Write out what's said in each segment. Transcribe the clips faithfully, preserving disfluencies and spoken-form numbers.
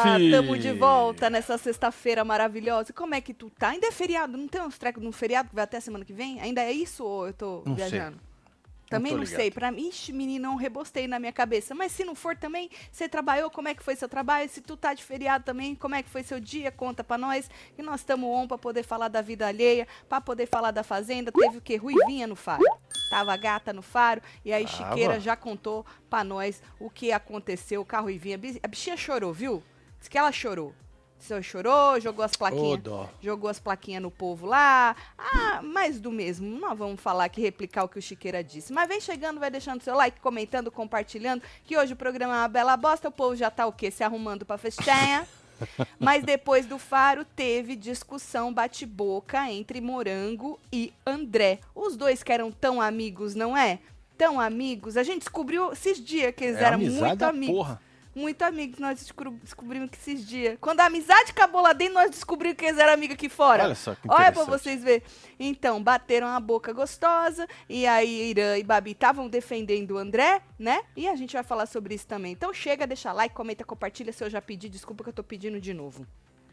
filho? Tamo de volta nessa sexta-feira maravilhosa. Como é que tu tá? Ainda é feriado? Não tem uns trecos no feriado que vai até semana que vem? Ainda é isso ou eu tô Não viajando? sei. Também não, não sei. Pra mim, ixi, menino, não rebostei na minha cabeça. Mas se não for também, você trabalhou, como é que foi seu trabalho? Se tu tá de feriado também, como é que foi seu dia? Conta pra nós. Que nós estamos on pra poder falar da vida alheia, pra poder falar da fazenda. Teve o quê? Ruivinha no faro. Tava gata no faro. E aí, Tava. Chiqueira já contou pra nós o que aconteceu com a Ruivinha. A bichinha chorou, viu? Diz que ela chorou. Você chorou, jogou as plaquinhas, Ô, dó. jogou as plaquinhas no povo lá. Ah, mais do mesmo. Nós vamos falar aqui, replicar o que o Chiqueira disse. Mas vem chegando, vai deixando seu like, comentando, compartilhando, que hoje o programa é uma bela bosta. O povo já tá o quê? Se arrumando pra festinha. Mas depois do Faro, teve discussão bate-boca entre Morango e André. Os dois que eram tão amigos, não é? Tão amigos. A gente descobriu esses dias que eles É eram amizade muito da amigos. porra. Muito amigos, nós descobri- descobrimos que esses dias. Quando a amizade acabou lá dentro, nós descobrimos que eles eram amigos aqui fora. Olha só que Olha pra interessante. vocês verem. Então, bateram a boca gostosa, e aí Irã e Babi estavam defendendo o André, né? E a gente vai falar sobre isso também. Então chega, deixa like, comenta, compartilha. Se eu já pedi, desculpa que eu tô pedindo de novo.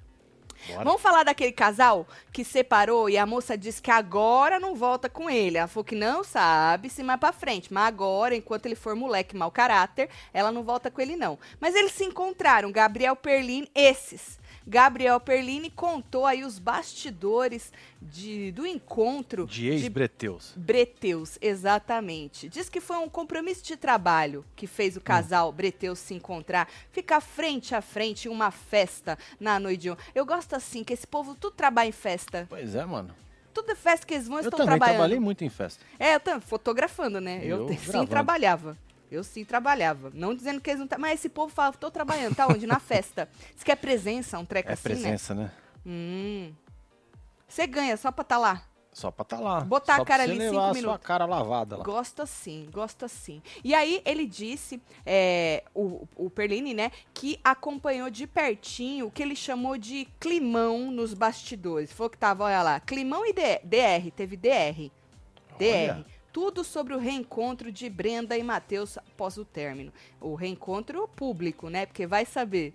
Bora. Vamos falar daquele casal que separou e a moça disse que agora não volta com ele. Ela falou que não sabe se mais pra frente. Mas agora, enquanto ele for moleque mau caráter, ela não volta com ele não. Mas eles se encontraram, Gabriel Perlini, esses. Gabriel Perlini contou aí os bastidores de, do encontro De ex-breteus. Breteus, exatamente. Diz que foi um compromisso de trabalho que fez o casal Breteus se encontrar, ficar frente a frente em uma festa na noite de ontem. Eu gosto assim, que esse povo tudo trabalha em festa. Pois é, mano. Tudo é festa que eles vão, Eu estão também trabalhando. trabalhei muito em festa. É, eu também, fotografando, né? Eu, Eu te- sim gravando. trabalhava. Eu sim trabalhava. Não dizendo que eles não... Tá, mas esse povo fala, tô trabalhando, tá onde? Na festa. Diz que é presença, um treco É assim, presença, né? né? Hum. Você ganha só pra tá lá. Só pra tá lá. Botar Só a cara pra ali você cinco levar a minutos. sua cara lavada lá. Gosto assim, gosto assim. E aí ele disse, é, o, o Perlini, né, que acompanhou de pertinho o que ele chamou de climão nos bastidores. Falou que tava, olha lá, climão e D- DR, teve D R. D R. Olha. Tudo sobre o reencontro de Brenda e Matheus após o término. O reencontro público, né, porque vai saber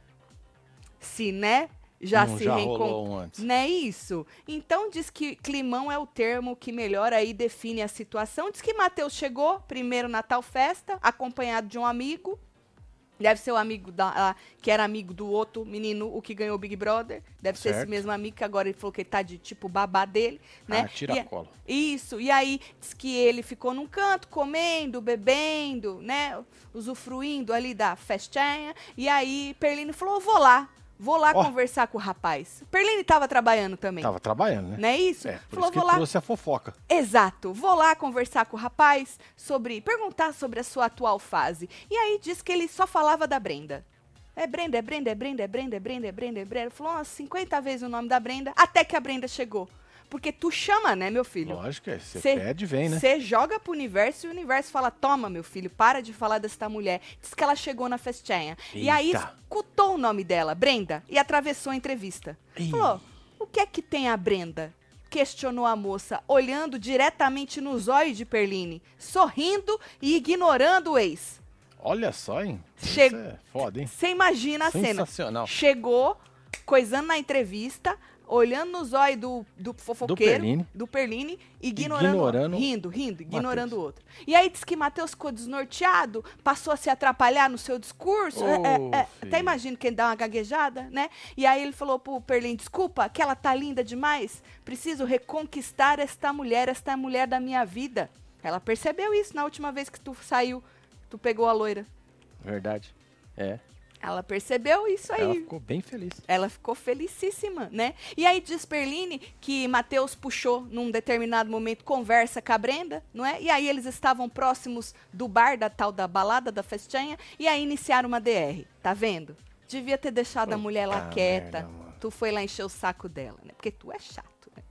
se, né, já Não se já reencontrou. rolou um antes. Não é isso? Então diz que climão é o termo que melhor aí define a situação. Diz que Matheus chegou, primeiro na tal festa, acompanhado de um amigo. Deve ser o amigo da, ah, que era amigo do outro menino, o que ganhou o Big Brother. Deve ser esse Certo. mesmo amigo que agora ele falou que ele tá de tipo babá dele, né? Ah, tira E- a cola. Isso, e aí diz que ele ficou num canto, comendo, bebendo, né? Usufruindo ali da festinha. E aí Perlini falou, vou lá, vou lá Ó. conversar com o rapaz. Perlini tava trabalhando também. Tava trabalhando, né? Não é isso? É, por Falou, isso que vou lá. trouxe a fofoca. Exato. Vou lá conversar com o rapaz sobre. Perguntar sobre a sua atual fase. E aí diz que ele só falava da Brenda. É Brenda, é Brenda, é Brenda, é Brenda, é Brenda, é Brenda, é Brenda. Falou umas cinquenta vezes o nome da Brenda, até que a Brenda chegou. Porque tu chama, né, meu filho? Lógico, é. Você Cê- pede, vem, né? Você joga pro universo e o universo fala: toma, meu filho, para de falar desta mulher. Diz que ela chegou na festinha. E aí Eita. escutou o nome dela, Brenda, e atravessou a entrevista. Ih. Falou: o que é que tem a Brenda? Questionou a moça, olhando diretamente nos olhos de Perline, sorrindo e ignorando o ex. Olha só, hein? Che- Isso é foda, hein? Você imagina a cena. Sensacional. Chegou, coisando na entrevista, olhando nos olhos do, do fofoqueiro, Perline. do Perline, ignorando, Ignorando rindo, rindo, ignorando Matheus. o outro. E aí diz que Matheus ficou desnorteado, passou a se atrapalhar no seu discurso. Ô, é, é, é, filho. até imagino que ele dá uma gaguejada, né? E aí ele falou pro Perline, desculpa, que ela tá linda demais, preciso reconquistar esta mulher, esta mulher da minha vida. Ela percebeu isso na última vez que tu saiu, tu pegou a loira. Verdade. É. Ela percebeu isso aí. Ela ficou bem feliz. Ela ficou felicíssima, né? E aí diz Perline que Matheus puxou num determinado momento conversa com a Brenda, não é? E aí eles estavam próximos do bar, da tal da balada, da festinha, e aí iniciaram uma D R, tá vendo? Devia ter deixado a mulher lá Puta quieta. merda, mano. Tu foi lá encher o saco dela, né? Porque tu é chato, né?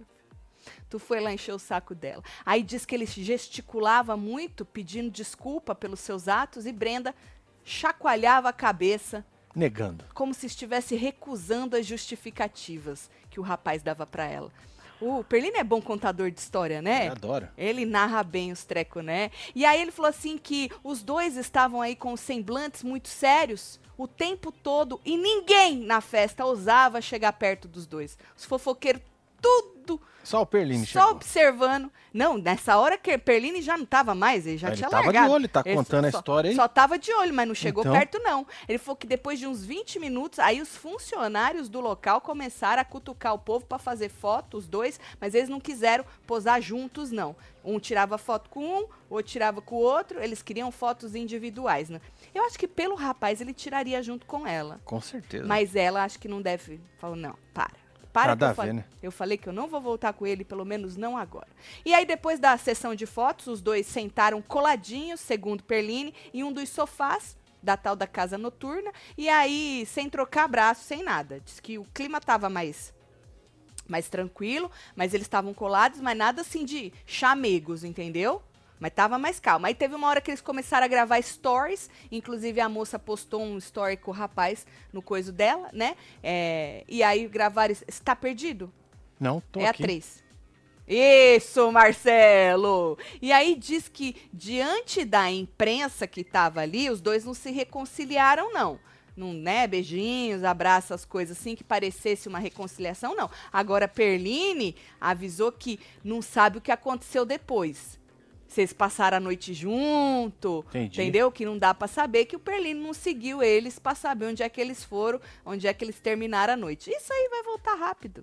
Tu foi lá encher o saco dela. Aí diz que ele gesticulava muito, pedindo desculpa pelos seus atos, e Brenda chacoalhava a cabeça, Negando. como se estivesse recusando as justificativas que o rapaz dava pra ela. O Perlini é bom contador de história, né? Eu adoro. Ele narra bem os trecos, né? E aí ele falou assim que os dois estavam aí com semblantes muito sérios o tempo todo e ninguém na festa ousava chegar perto dos dois. Os fofoqueiros tudo Só o Perlini só chegou. observando. Não, nessa hora que Perlini já não tava mais, ele já Ele tinha tava largado. de olho, tá Ele contando a só- história aí. Só tava de olho, mas não chegou Então. perto não. Ele falou que depois de uns vinte minutos, aí os funcionários do local começaram a cutucar o povo para fazer foto, os dois, mas eles não quiseram posar juntos não. Um tirava foto com um, o outro tirava com o outro, eles queriam fotos individuais, né? Eu acho que pelo rapaz ele tiraria junto com ela. Com certeza. Mas ela acho que não deve. Falou, não, para. Para Nada que eu, a falei, ver, né? eu falei que eu não vou voltar com ele, pelo menos não agora. E aí, depois da sessão de fotos, os dois sentaram coladinhos, segundo Perlini, em um dos sofás da tal da casa noturna. E aí, sem trocar braço, sem nada. Diz que o clima tava mais, mais tranquilo, mas eles estavam colados, mas nada assim de chamegos, entendeu? Mas tava mais calmo. Aí teve uma hora que eles começaram a gravar stories. Inclusive, a moça postou um story com o rapaz no coiso dela, né? É, e aí gravaram... Você tá perdido? Não, tô é aqui. a três. Isso, Marcelo! E aí diz que, diante da imprensa que tava ali, os dois não se reconciliaram, não. Não, né, beijinhos, abraços, as coisas assim, que parecesse uma reconciliação, não. Agora, Perlini avisou que não sabe o que aconteceu depois. Vocês passaram a noite junto, Entendi. entendeu? Que não dá pra saber que o Perlini não seguiu eles pra saber onde é que eles foram, onde é que eles terminaram a noite. Isso aí vai voltar rápido.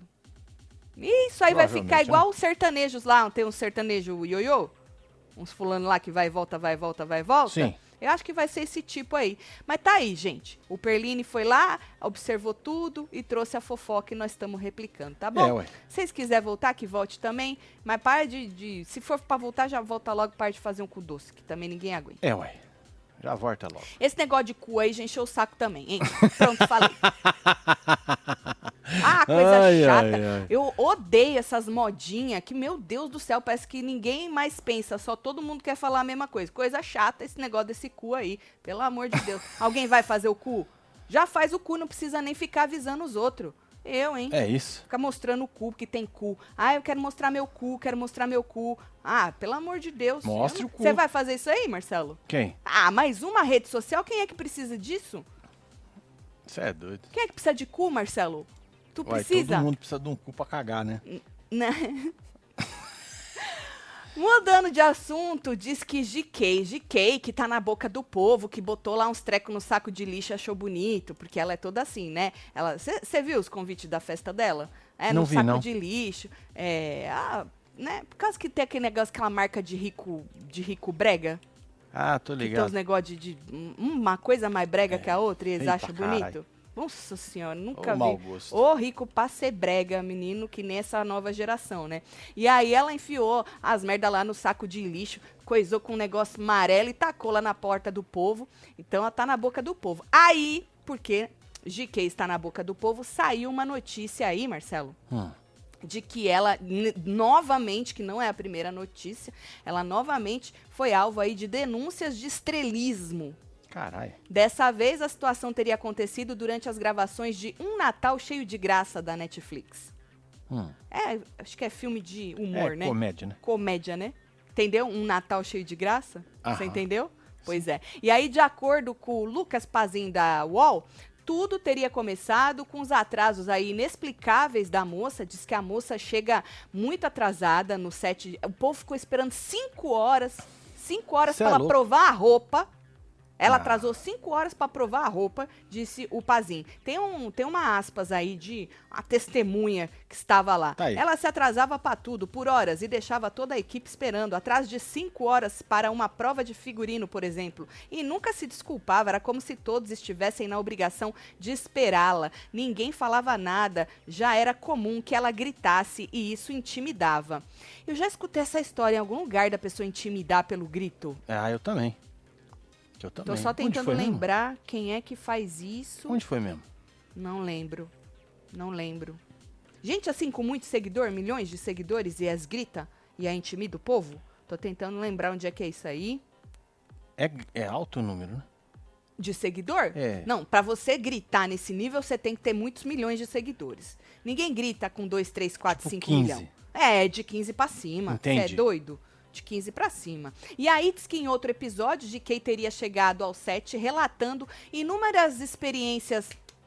Isso aí vai ficar Provavelmente, igual os sertanejos lá, tem um sertanejo ioiô, uns fulano lá que vai e volta, vai e volta, vai e volta. Sim. Eu acho que vai ser esse tipo aí. Mas tá aí, gente. O Perlini foi lá, observou tudo e trouxe a fofoca e nós estamos replicando, tá bom? É, ué. Se vocês quiserem voltar, que volte também. Mas para de, de... Se for pra voltar, já volta logo, para de fazer um cu doce, que também ninguém aguenta. É, ué. Já volta logo. Esse negócio de cu aí já encheu o saco também, hein? Pronto, falei. Ah, coisa Ai, chata. ai, ai. Eu odeio essas modinhas que, meu Deus do céu, parece que ninguém mais pensa, só todo mundo quer falar a mesma coisa. Coisa chata esse negócio desse cu aí, pelo amor de Deus. Alguém vai fazer o cu? Já faz o cu, não precisa nem ficar avisando os outros. Eu, hein? É isso. Ficar mostrando o cu, porque tem cu. Ah, eu quero mostrar meu cu, quero mostrar meu cu. Ah, pelo amor de Deus. Mostre eu o não- cu. Você vai fazer isso aí, Marcelo? Quem? Ah, mais uma rede social? Quem é que precisa disso? Você é doido. Quem é que precisa de cu, Marcelo? Tu Uai, precisa? todo mundo precisa de um cu pra cagar, né? Né? Mudando de assunto, diz que G K, G K, que tá na boca do povo, que botou lá uns trecos no saco de lixo e achou bonito, porque ela é toda assim, né? Você viu os convites da festa dela? É, Não no vi, saco não. de lixo. É, ah, né? Por causa que tem aquele negócio, aquela marca de rico, de rico brega. Ah, tô Que tem ligado. uns negócios de, de um- uma coisa mais brega que a outra e eles Eita, acham caralho. bonito. Nossa senhora, nunca Ô, vi. mau gosto. Ô, rico pra ser brega, menino, que nem essa nova geração, né? E aí ela enfiou as merda lá no saco de lixo, coisou com um negócio amarelo e tacou lá na porta do povo. Então ela tá na boca do povo. Aí, porque G K está na boca do povo, saiu uma notícia aí, Marcelo, Hum. de que ela, n- novamente, que não é a primeira notícia, ela novamente foi alvo aí de denúncias de estrelismo. Caralho. Dessa vez, a situação teria acontecido durante as gravações de Um Natal Cheio de Graça da Netflix. Hum. É, acho que é filme de humor, É né? comédia, né? Comédia, né? Entendeu? Um Natal Cheio de Graça. Você Aham. entendeu? Pois é. E aí, de acordo com o Lucas Pazin da U O L, tudo teria começado com os atrasos aí inexplicáveis da moça. Diz que a moça chega muito atrasada no set. O povo ficou esperando cinco horas. Cinco horas Cê é para ela louco. provar a roupa. Ela Ah. atrasou cinco horas para provar a roupa, disse o Pazin. Tem, um, tem uma aspas aí de a testemunha que estava lá. Tá aí. Ela se atrasava para tudo, por horas, e deixava toda a equipe esperando. Atrás de cinco horas para uma prova de figurino, por exemplo. E nunca se desculpava, era como se todos estivessem na obrigação de esperá-la. Ninguém falava nada, já era comum que ela gritasse e isso intimidava. Eu já escutei essa história em algum lugar da pessoa intimidar pelo grito. Ah, eu também. Eu também. Tô só Onde tentando foi mesmo? lembrar quem é que faz isso. Onde foi mesmo? Não lembro. Não lembro. Gente assim com muito seguidor, milhões de seguidores e as grita e a intimida o povo. Tô tentando lembrar onde é que é isso aí. É, é alto o número, né? De seguidor? É. Não, pra você gritar nesse nível, você tem que ter muitos milhões de seguidores. Ninguém grita com dois, três, quatro, Tipo cinco quinze. milhões. É, de quinze pra cima. Você é Entendi. doido? De quinze pra cima. E aí diz que em outro episódio, G K teria chegado ao set relatando inúmeras experiências...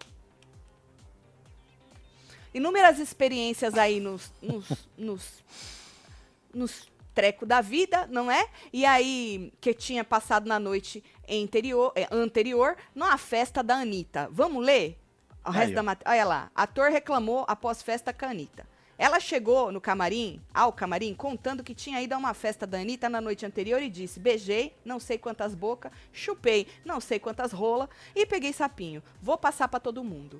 Inúmeras experiências aí nos... nos, nos, nos trecos da vida, não é? E aí, que tinha passado na noite anterior, é, anterior numa festa da Anitta. Vamos ler? O resto Aí, da ó. matéria. Olha lá. Ator reclamou após festa com a Anitta. Ela chegou no camarim, ao camarim, contando que tinha ido a uma festa da Anitta na noite anterior e disse: beijei, não sei quantas bocas, chupei, não sei quantas rolas e peguei sapinho. Vou passar pra todo mundo.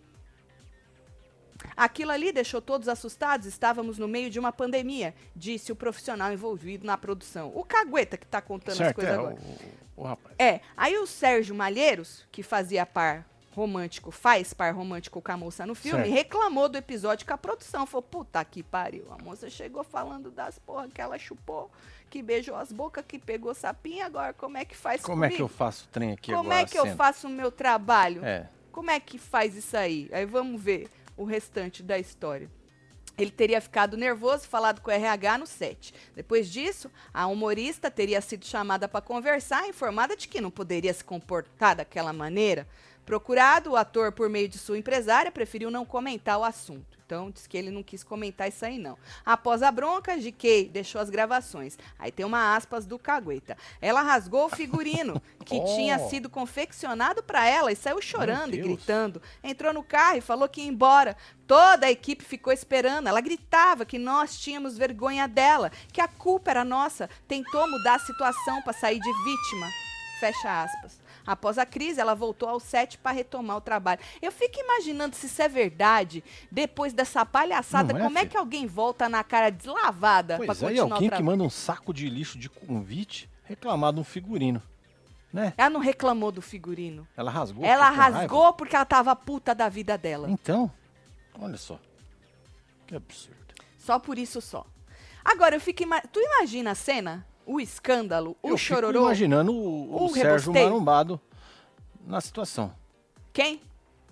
Aquilo ali deixou todos assustados, estávamos no meio de uma pandemia, disse o profissional envolvido na produção. O cagueta que tá contando as Certo, coisas é, agora. o, o rapaz. É, aí o Sérgio Malheiros, que fazia par romântico, faz par romântico com a moça no filme, Certo. reclamou do episódio com a produção. Falou, puta que pariu, a moça chegou falando das porra que ela chupou, que beijou as bocas, que pegou sapinho, agora como é que faz Como é comigo? que eu faço o trem aqui Como agora? é que eu cena? faço o meu trabalho? É. Como é que faz isso aí? Aí vamos ver o restante da história. Ele teria ficado nervoso, falado com o R H no set. Depois disso, a humorista teria sido chamada para conversar, informada de que não poderia se comportar daquela maneira. Procurado, o ator, por meio de sua empresária, preferiu não comentar o assunto. Então, diz que ele não quis comentar isso aí, não. Após a bronca, G K deixou as gravações. Aí tem uma aspas do cagueta. Ela rasgou o figurino que Oh. tinha sido confeccionado para ela e saiu chorando e Deus. gritando. Entrou no carro e falou que ia embora. Toda a equipe ficou esperando. Ela gritava que nós tínhamos vergonha dela, que a culpa era nossa. Tentou mudar a situação para sair de vítima. Fecha aspas. Após a crise, ela voltou ao set para retomar o trabalho. Eu fico imaginando se isso é verdade, depois dessa palhaçada, Não é, como é filho? que alguém volta na cara deslavada para Pois é, e continuar o alguém que trabalho? manda um saco de lixo de convite reclamar de um figurino, né? Ela não reclamou do figurino. Ela rasgou. Ela ficou com rasgou porque ela tava puta da vida dela. raiva. Então, olha só. Que absurdo. Só por isso só. Agora, eu fico ima... Tu imagina a cena? O escândalo, o Eu chororô. fico imaginando o, o o Sérgio rebosteio. Marombado na situação. Quem?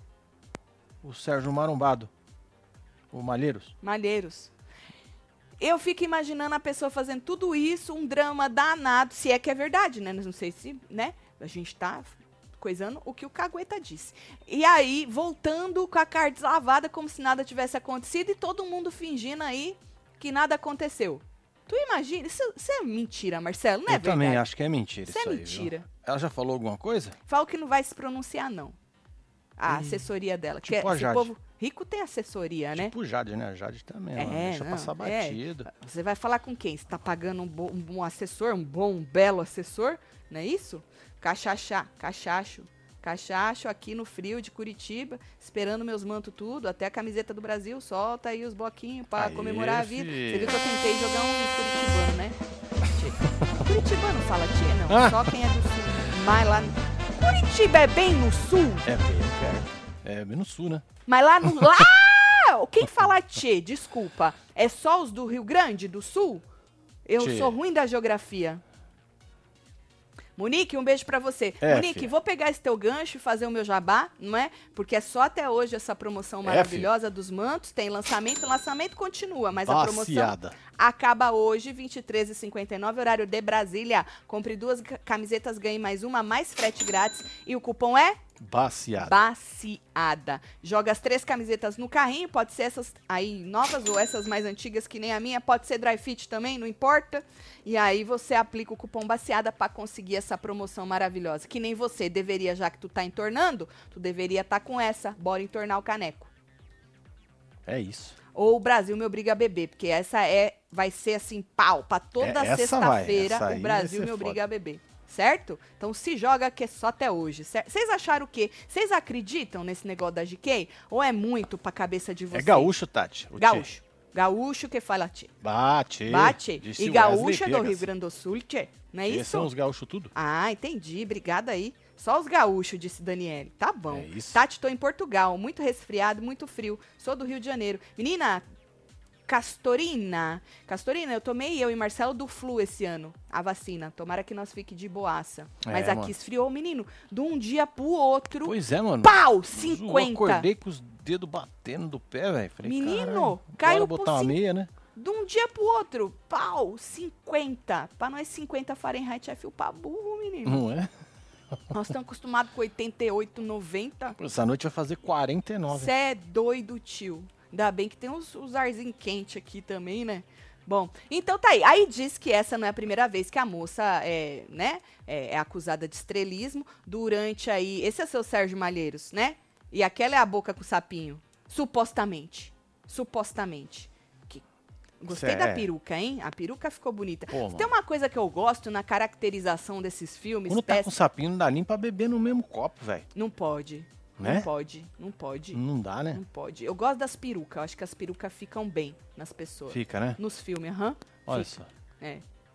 O Sérgio Marombado. O Malheiros. Malheiros. Eu fico imaginando a pessoa fazendo tudo isso, um drama danado, se é que é verdade, né? Não sei se, né? A gente tá coisando o que o cagueta disse. E aí, voltando com a cara deslavada, como se nada tivesse acontecido, e todo mundo fingindo aí que nada aconteceu. Tu imagina? Isso, isso é mentira, Marcelo, não é Eu verdade? também acho que é mentira Isso isso, é aí, mentira. viu? Ela já falou alguma coisa? Fala que não vai se pronunciar, não. A Ih, assessoria dela. tipo que a esse Jade. povo rico tem assessoria, né? Tipo o Jade, né? A Jade também. ela É, deixa não, passar é. batido. Você vai falar com quem? Você tá pagando um, bo um bom assessor, um bom, um belo assessor, não é isso? Cachachá, cachacho, cachacho aqui no frio de Curitiba, esperando meus mantos tudo, até a camiseta do Brasil, solta aí os bloquinhos pra Aê, comemorar a vida. fi. Você viu que eu tentei jogar um curitibano, né? Tchê. Curitibano fala tchê, não, Ah. só quem é do sul. Mas lá... Curitiba é bem no sul? É bem perto. É bem no sul, né? Mas lá no... Lá! Quem fala tchê, desculpa, é só os do Rio Grande do Sul? Eu Tchê. sou ruim da geografia. Monique, um beijo pra você. É, Monique, filha. vou pegar esse teu gancho e fazer o meu jabá, não é? Porque é só até hoje essa promoção É, maravilhosa dos mantos. Tem lançamento, o lançamento continua, mas a promoção Baciada. acaba hoje, vinte e três e cinquenta e nove, horário de Brasília. Compre duas ca- camisetas, ganhe mais uma, mais frete grátis. E o cupom é Baciada. Baciada. Joga as três camisetas no carrinho, pode ser essas aí novas ou essas mais antigas que nem a minha, pode ser dry fit também, não importa. E aí você aplica o cupom Baciada para conseguir essa promoção maravilhosa. Que nem você deveria, já que tu tá entornando, tu deveria estar com essa. Bora entornar o caneco. É isso. Ou o Brasil me obriga a beber, porque essa é vai ser assim, pau, pra toda É, essa sexta-feira vai, essa aí o vai Brasil ser me obriga foda. a beber. Certo? Então se joga que é só até hoje. certo? Vocês acharam o quê? Vocês acreditam nesse negócio da G K? Ou é muito pra cabeça de É vocês? gaúcho, Tati. o tchê. Gaúcho. Gaúcho que fala tchê. Bate. Bate. Disse E o gaúcho Wesley é do Piegas. Rio Grande do Sul, tchê. Não é Esses isso? são os gaúchos tudo. Ah, entendi. Obrigada aí. Só os gaúchos, disse Daniele. Tá bom. É isso. Tati, tô em Portugal. Muito resfriado, muito frio. Sou do Rio de Janeiro. Menina, Castorina. Castorina, eu tomei eu e Marcelo do flu esse ano. A vacina. Tomara que nós fique de boaça. Mas É, aqui mano. esfriou, menino. De um dia pro outro. Pois é, mano. Pau! Eu cinquenta. acordei com os dedos batendo do pé, velho. Falei, Menino, caralho, caiu bora por botar uma cin- meia, né? De um dia pro outro, pau, cinquenta. Pra nós, cinquenta Fahrenheit é fio pra burro, menino. Não é? Nós estamos acostumados com oitenta e oito, noventa. Essa noite vai fazer quarenta e nove. Você é doido, tio. Ainda bem que tem uns, uns arzinhos quentes aqui também, né? Bom, então tá aí. Aí diz que essa não é a primeira vez que a moça é, né, é, é acusada de estrelismo durante aí... Esse é seu Sérgio Malheiros, né? E aquela é a boca com o sapinho. Supostamente. Supostamente. Que... Gostei Cê da é. peruca, hein? A peruca ficou bonita. Pô, Tem uma coisa que eu gosto na caracterização desses filmes... Quando tá peça- com sapinho, não dá nem pra beber no mesmo copo, velho. Não pode. Né? Não pode. Não pode. Não dá, né? Não pode. Eu gosto das perucas. Eu acho que as perucas ficam bem nas pessoas. Fica, né? Nos filmes, aham. Olha Fica. só. É.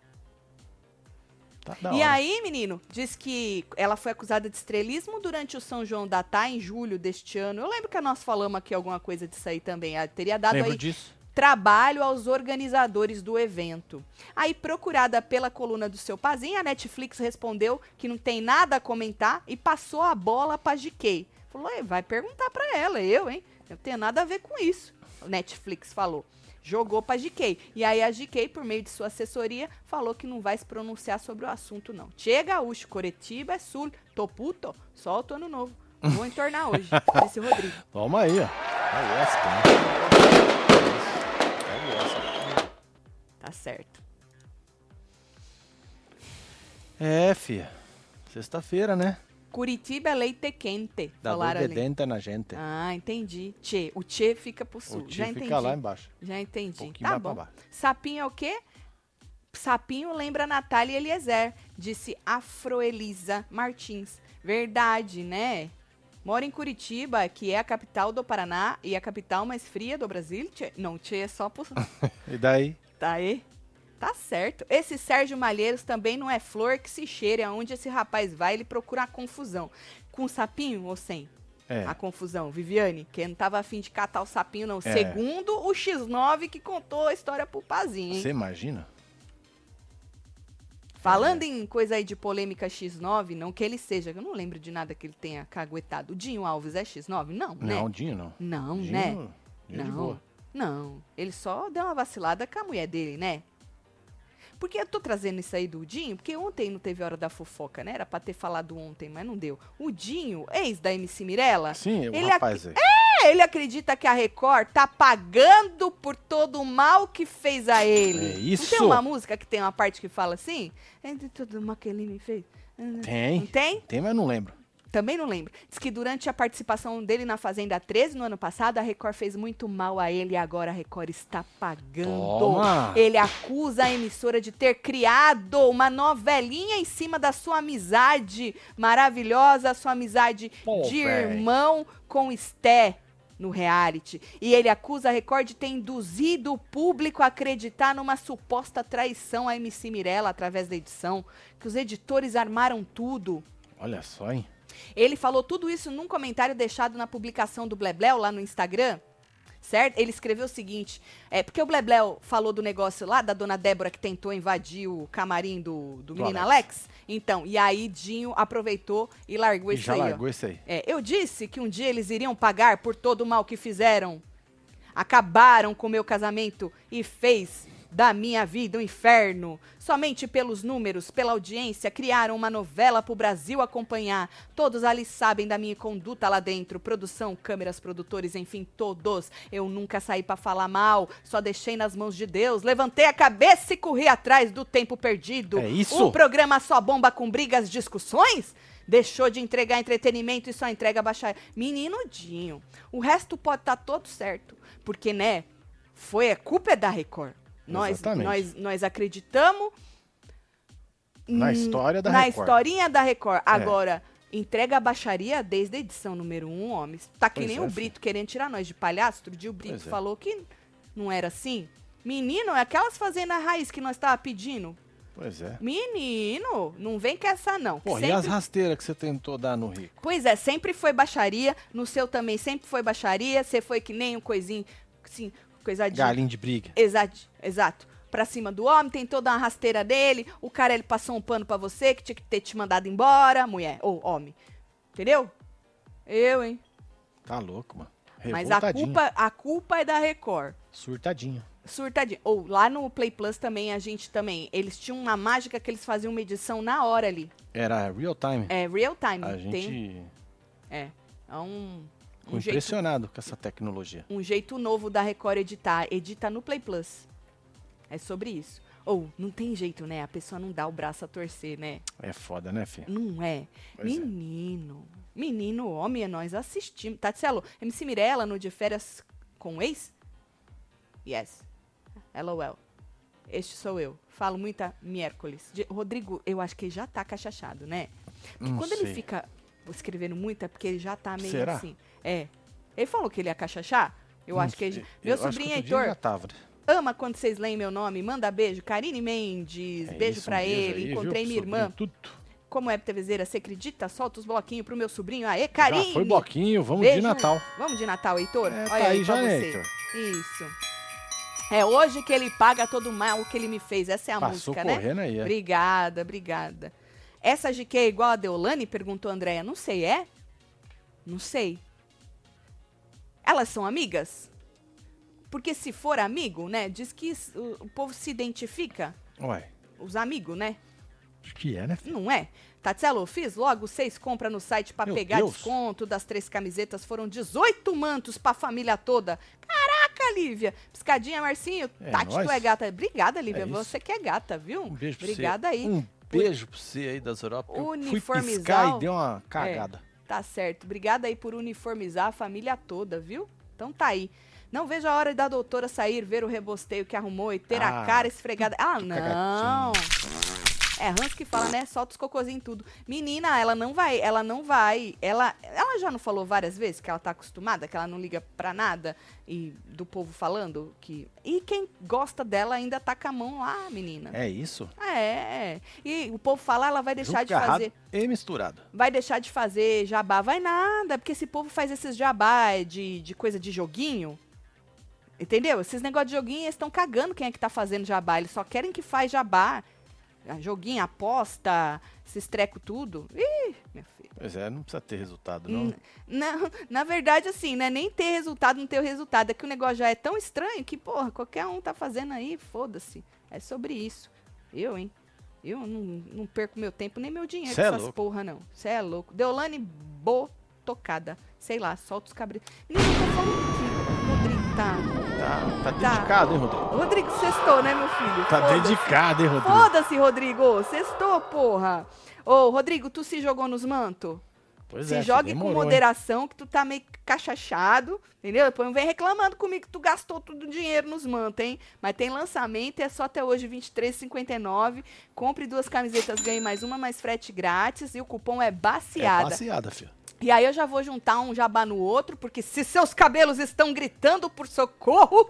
Tá da E hora. aí, menino, diz que ela foi acusada de estrelismo durante o São João da Tá, em julho deste ano. Eu lembro que nós falamos aqui alguma coisa disso aí também. Ela teria dado Lembro aí disso? trabalho aos organizadores do evento. Aí, procurada pela coluna do seu Pazinho, a Netflix respondeu que não tem nada a comentar e passou a bola pra G K. Falou, "Ei, vai perguntar pra ela, eu, hein? Eu não tenho nada a ver com isso." O Netflix falou. Jogou pra G K. E aí a G K, por meio de sua assessoria, falou que não vai se pronunciar sobre o assunto, não. Che gaúcho, Coritiba é sul, tô puto, solta o ano novo. Vou entornar hoje, disse o Rodrigo. Toma aí, ó. Aí essa, né? Aí essa. Tá certo. É, fia. Sexta-feira, né? Curitiba é leite quente, Dá dor falaram de ali. dente na gente. Ah, entendi. Che, o Che fica pro sul. O Já tio entendi. fica lá embaixo. Já entendi. Um pouquinho Tá mais pra bom. baixo. Sapinho é o quê? Sapinho lembra Natália Eliezer, disse Afroelisa Martins. Verdade, né? Mora em Curitiba, que é a capital do Paraná e a capital mais fria do Brasil. Tchê. Não, Tchê é só por... E daí? Tá aí? Tá certo. Esse Sérgio Malheiros também não é flor que se cheire. Aonde esse rapaz vai, ele procura a confusão. Com sapinho ou sem? É. A confusão. Viviane, que não tava afim de catar o sapinho, não. É. Segundo o X nove que contou a história pro Pazinho, hein? Você imagina? Falando É. em coisa aí de polêmica X nove, não que ele seja, eu não lembro de nada que ele tenha caguetado. O Dinho Alves é X nove? Não, né? Não, Dinho não. Não, Dinho, né? Dinho de Não, boa. não. Ele só deu uma vacilada com a mulher dele, né? Porque eu tô trazendo isso aí do Dinho, porque ontem não teve hora da fofoca, né? Era pra ter falado ontem, mas não deu. O Dinho, ex da M C Mirella, Sim, o ele rapaz aí. é, ele acredita que a Record tá pagando por todo o mal que fez a ele. É isso. Não tem uma música que tem uma parte que fala assim? Entre todo o mal que ele me fez. Tem. Não tem? Tem, mas não lembro. Também não lembro. Diz que durante a participação dele na Fazenda treze, no ano passado, a Record fez muito mal a ele e agora a Record está pagando. Toma. Ele acusa a emissora de ter criado uma novelinha em cima da sua amizade maravilhosa, sua amizade Pô, de véi. irmão com Esté no reality. E ele acusa a Record de ter induzido o público a acreditar numa suposta traição à M C Mirella através da edição, que os editores armaram tudo. Olha só, hein? Ele falou tudo isso num comentário deixado na publicação do Blebleu lá no Instagram, certo? Ele escreveu o seguinte, é porque o Blebleu falou do negócio lá da dona Débora que tentou invadir o camarim do, do, Do menino Alex. Alex. Então, e aí Dinho aproveitou e largou E isso já aí, largou ó. isso aí. É, eu disse que um dia eles iriam pagar por todo o mal que fizeram. Acabaram com o meu casamento e fez da minha vida um inferno. Somente pelos números, pela audiência, criaram uma novela pro Brasil acompanhar. Todos ali sabem da minha conduta lá dentro. Produção, câmeras, produtores, enfim, todos. Eu nunca saí pra falar mal, só deixei nas mãos de Deus. Levantei a cabeça e corri atrás do tempo perdido. É isso? O programa só bomba com brigas, discussões? Deixou de entregar entretenimento e só entrega baixaria. Menino Dinho, o resto pode estar todo certo. Porque, né, foi a culpa é da Record. Nós, Exatamente. nós, nós acreditamos Na hum, história da na Record. historinha da Record. Agora, entrega a baixaria desde a edição número um, homens. Tá que Pois nem é, o filho. Brito querendo tirar nós de palhaço. Outro dia o Brito Pois é. falou que não era assim. Menino, é aquelas fazendas raiz que nós tava pedindo. Pois é. Menino, não vem com essa não. que Porra, e sempre- as rasteiras que você tentou dar no Rico? Pois é, sempre foi baixaria. No seu também sempre foi baixaria. Você foi que nem um coisinho, assim, coisadinho. Galinha de briga. Exato, exato. Pra cima do homem, tem toda uma rasteira dele. O cara, ele passou um pano pra você, que tinha que ter te mandado embora, mulher, ou homem. Entendeu? Eu, hein? Tá louco, mano. Mas a Revoltadinho. culpa, a culpa é da Record. Surtadinho. Surtadinho. Ou lá no Play Plus também, a gente também, eles tinham uma mágica que eles faziam uma edição na hora ali. Era real time. É, real time. A gente Tem, é, é um, ficou um jeito, impressionado com essa tecnologia. um jeito novo da Record editar. Edita no Play Plus. É sobre isso. Ou, não tem jeito, né? A pessoa não dá o braço a torcer, né? É foda, né, filho? Não é. Pois é. Menino. Menino, homem, é nós assistimos. Tatselo, M C Mirella no De Férias com o ex? Yes. LOL. Este sou eu. Falo muita miércoles. De- Rodrigo, eu acho que ele já tá cachachado, né? Porque Não quando sei. ele fica escrevendo muito é porque ele já tá meio Será? assim. É. Ele falou que ele ia cachachar? Eu Não acho que ele... sei. Meu Eu acho que sobrinho outro dia Heitor já tava. ama quando vocês leem meu nome. Manda beijo. Karine Mendes. É beijo isso, pra um beijo ele. aí, Encontrei viu, minha pro irmã. sobrinho, Tudo. Como é TVzeira, você acredita? Solta os bloquinhos pro meu sobrinho. Aê, Karine! Já foi bloquinho, vamos Beijo. de Natal. Vamos de Natal, Heitor? É, Olha tá aí aí pra já, você. Heitor. Isso. É hoje que ele paga todo o mal que ele me fez. Essa é a Passou música, né? correndo aí, é. Obrigada, obrigada. Essa G Q é igual a Deolane? Perguntou a Andréia. Não sei, é? Não sei. Elas são amigas? Porque se for amigo, né? Diz que s- o, o povo se identifica. Ué, Os amigos, né? acho que é, né, filho? Não é? Tatselo, fiz logo seis compras no site pra Meu pegar Deus. desconto das três camisetas. Foram dezoito mantos pra família toda. Caraca, Lívia. Piscadinha, Marcinho. É Tati, tu nóis. é gata. Obrigada, Lívia. É isso. você que é gata, viu? Um beijo pra Obrigada você. aí. Um beijo pra você aí das Europa. Eu fui Uniformizar piscar o- e deu uma cagada. Tá certo. Obrigada aí por uniformizar a família toda, viu? Então tá aí. Não vejo a hora da doutora sair, ver o rebosteio que arrumou e ter a Ah, cara esfregada. Ah, que não. É Hans que fala, né? Solta os cocôzinhos tudo. Menina, ela não vai, ela não vai. Ela, ela já não falou várias vezes que ela tá acostumada, que ela não liga pra nada e do povo falando que. E quem gosta dela ainda tá com a mão lá, menina. É isso? É, é. E o povo fala, ela vai deixar Junto de agarrado fazer. e misturado. Vai deixar de fazer jabá. Vai nada, porque esse povo faz esses jabá de, de coisa de joguinho. Entendeu? Esses negócios de joguinho, eles estão cagando quem é que tá fazendo jabá. Eles só querem que faz jabá. Ah, Joguinho, aposta, esses treco tudo. Ih, minha filha. Pois é, não precisa ter resultado, não. N- Não, na verdade, assim, né? Nem ter resultado, não ter o resultado. É que o negócio já é tão estranho que, porra, qualquer um tá fazendo aí, foda-se. É sobre isso. Eu, hein? Eu não, não perco meu tempo nem meu dinheiro Cê com é essas louco. porra, não. Você é louco. Deolane Botocada. Sei lá, solta os cabritos. Menino, eu tô falando aqui. Rodrigo, tá. Tá, tá Tá. dedicado, hein, Rodrigo? Rodrigo, sextou, né, meu filho? Tá Foda-se. dedicado, hein, Rodrigo? Foda-se, Rodrigo. Sextou, porra. Ô, Rodrigo, tu se jogou nos mantos? Pois Se é, jogue filho, com demorou, hein? moderação, que tu tá meio cachachado, entendeu? Depois não vem reclamando comigo que tu gastou tudo o dinheiro nos mantos, hein? Mas tem lançamento, é só até hoje vinte e três reais e cinquenta e nove centavos. Compre duas camisetas, ganhe mais uma, mais frete grátis. E o cupom é É baciada. passeada, filho. E aí eu já vou juntar um jabá no outro, porque se seus cabelos estão gritando por socorro...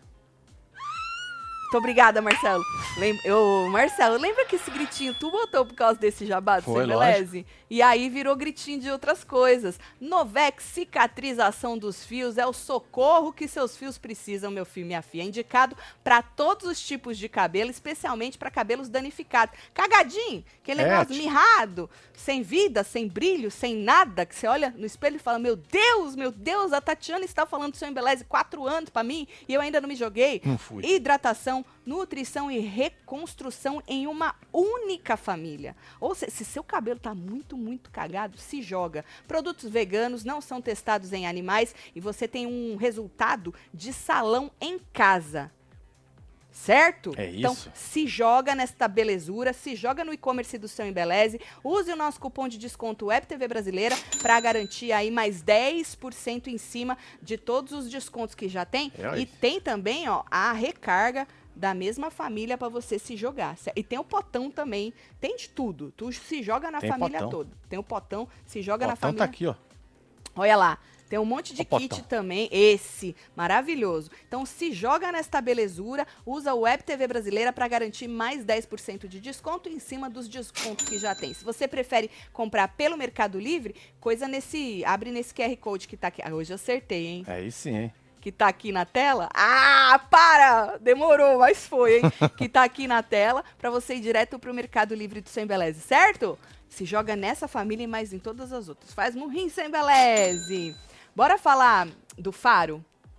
Muito obrigada, Marcelo. Lem eu, Marcelo, lembra que esse gritinho tu botou por causa desse jabá do Foi, Sembeleze? E aí virou gritinho de outras coisas. Novex cicatrização dos fios é o socorro que seus fios precisam, meu filho, minha filha. É indicado para todos os tipos de cabelo, especialmente para cabelos danificados. Cagadinho, aquele É, negócio tia. mirrado, sem vida, sem brilho, sem nada, que você olha no espelho e fala, meu Deus, meu Deus, a Tatiana está falando do seu Embeleze quatro anos para mim e eu ainda não me joguei. Não fui. Hidratação, nutrição e reconstrução em uma única família. Ou seja, se seu cabelo tá muito, muito cagado, se joga. Produtos veganos não são testados em animais e você tem um resultado de salão em casa. Certo? É Então, isso. se joga nesta belezura, se joga no e-commerce do seu Embeleze, use o nosso cupom de desconto Web T V Brasileira para garantir aí mais dez por cento em cima de todos os descontos que já tem. É E isso. tem também, ó, a recarga da mesma família para você se jogar. E tem o potão também, tem de tudo. Tu se joga na Tem família potão. toda. Tem o potão, se joga na Então família. tá aqui, ó. Olha lá, tem um monte de Ó, kit potão. também, esse, maravilhoso. Então se joga nesta belezura, usa o Web T V Brasileira para garantir mais dez por cento de desconto em cima dos descontos que já tem. Se você prefere comprar pelo Mercado Livre, coisa nesse, abre nesse Q R Code que tá aqui. Ah, hoje eu acertei, hein? Aí sim, hein? Que tá aqui na tela. Ah, para! Demorou, mas foi, hein? Que tá aqui na tela para você ir direto pro Mercado Livre do Sem Beleze, certo? Se joga nessa família e mais em todas as outras. Faz murrinho Sem Beleze. Bora falar do Faro?